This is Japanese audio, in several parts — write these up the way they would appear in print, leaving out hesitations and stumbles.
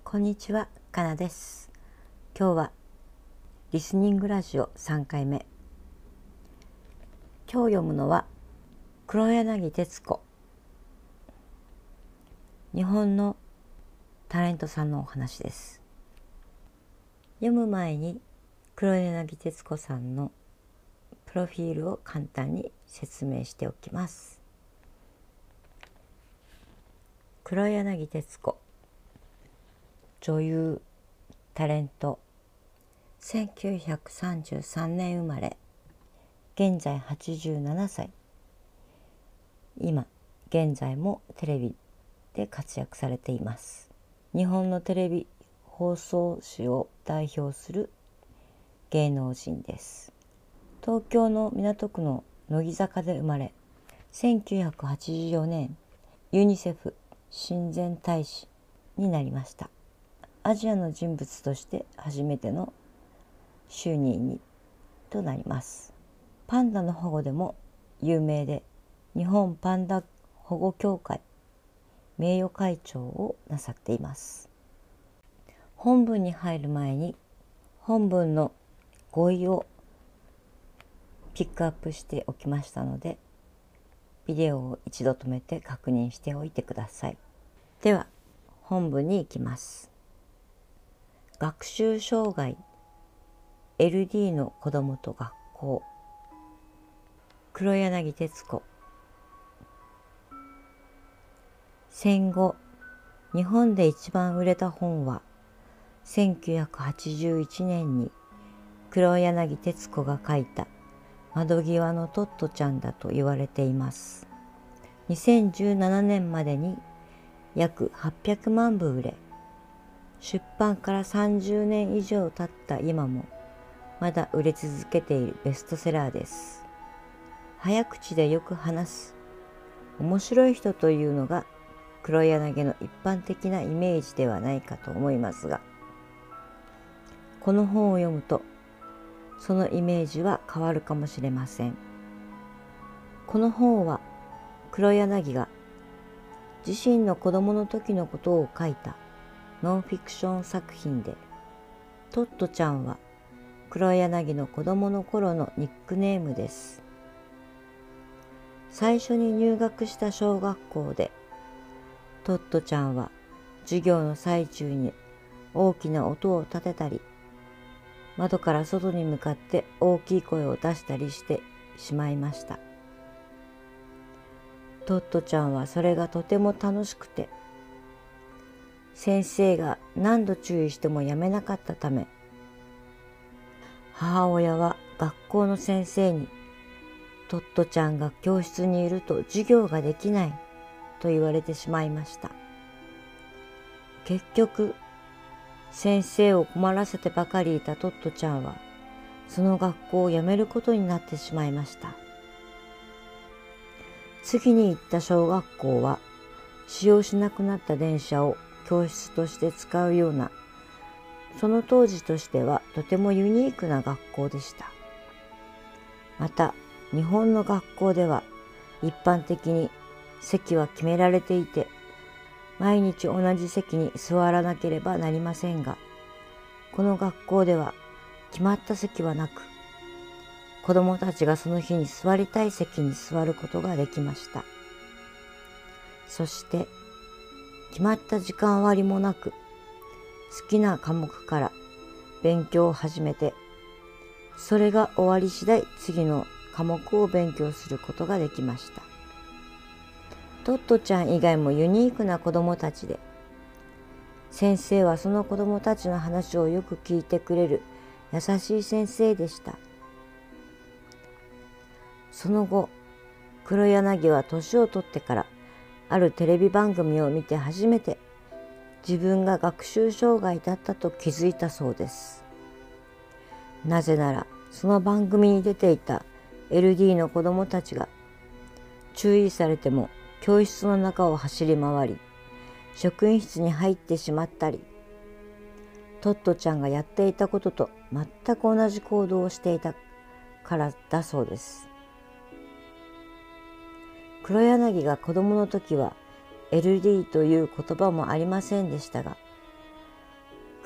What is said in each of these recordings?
こんにちは、かなです。今日はリスニングラジオ3回目。今日読むのは黒柳徹子、日本のタレントさんのお話です。読む前に黒柳徹子さんのプロフィールを簡単に説明しておきます。黒柳徹子、女優、タレント、1933年生まれ、現在87歳。今現在もテレビで活躍されています。日本のテレビ放送史を代表する芸能人です。東京の港区の乃木坂で生まれ、1984年ユニセフ親善大使になりました。アジアの人物として初めての就任にとなります。パンダの保護でも有名で、日本パンダ保護協会名誉会長をなさっています。本文に入る前に本文の語彙をピックアップしておきましたので、ビデオを一度止めて確認しておいてください。では本文に行きます。学習障害 LD の子どもと学校。黒柳徹子。戦後日本で一番売れた本は1981年に黒柳徹子が書いた窓際のトットちゃんだと言われています。2017年までに約800万部売れ、出版から30年以上経った今もまだ売れ続けているベストセラーです。早口でよく話す面白い人というのが黒柳の一般的なイメージではないかと思いますが、この本を読むとそのイメージは変わるかもしれません。この本は黒柳が自身の子供の時のことを書いたノンフィクション作品で、トットちゃんは黒柳の子供の頃のニックネームです。最初に入学した小学校で、トットちゃんは授業の最中に大きな音を立てたり、窓から外に向かって大きい声を出したりしてしまいました。トットちゃんはそれがとても楽しくて、先生が何度注意してもやめなかったため、母親は学校の先生にトットちゃんが教室にいると授業ができないと言われてしまいました。結局先生を困らせてばかりいたトットちゃんはその学校を辞めることになってしまいました。次に行った小学校は使用しなくなった電車を教室として使うような、その当時としてはとてもユニークな学校でした。また日本の学校では一般的に席は決められていて、毎日同じ席に座らなければなりませんが、この学校では決まった席はなく、子どもたちがその日に座りたい席に座ることができました。そして決まった時間割もなく、好きな科目から勉強を始めて、それが終わり次第次の科目を勉強することができました。トットちゃん以外もユニークな子どもたちで、先生はその子どもたちの話をよく聞いてくれる優しい先生でした。その後、黒柳は年を取ってからあるテレビ番組を見て初めて自分が学習障害だったと気づいたそうです。なぜならその番組に出ていた LD の子どもたちが注意されても教室の中を走り回り、職員室に入ってしまったり、トットちゃんがやっていたことと全く同じ行動をしていたからだそうです。黒柳が子供の時は LD という言葉もありませんでしたが、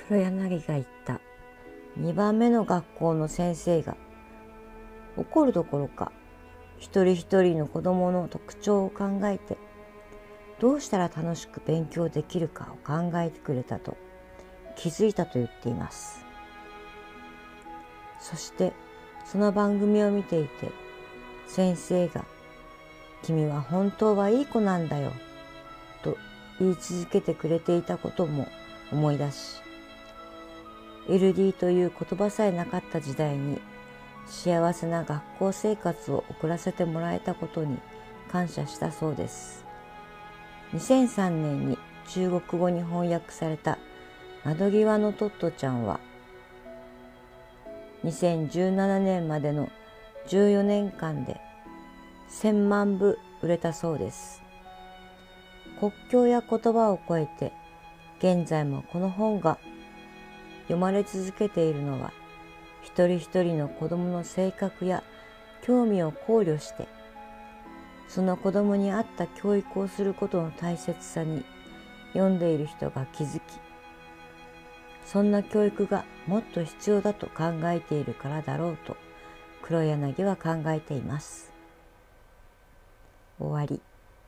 黒柳が言った。2番目の学校の先生が怒るどころか、一人一人の子どもの特徴を考えて、どうしたら楽しく勉強できるかを考えてくれたと気づいたと言っています。そしてその番組を見ていて、先生が君は本当はいい子なんだよと言い続けてくれていたことも思い出し、LD という言葉さえなかった時代に幸せな学校生活を送らせてもらえたことに感謝したそうです。2003年に中国語に翻訳された窓際のトットちゃんは2017年までの14年間で1000万部売れたそうです。国境や言葉を超えて現在もこの本が読まれ続けているのは、一人一人の子どもの性格や興味を考慮して、その子どもに合った教育をすることの大切さに読んでいる人が気づき、そんな教育がもっと必要だと考えているからだろうと黒柳は考えています。終わり。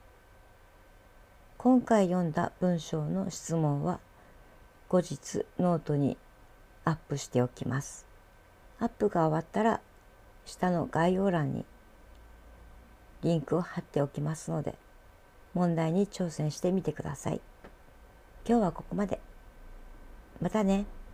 今回読んだ文章の質問は後日ノートにアップしておきます。アップが終わったら下の概要欄にリンクを貼っておきますので、問題に挑戦してみてください。今日はここまで。またね。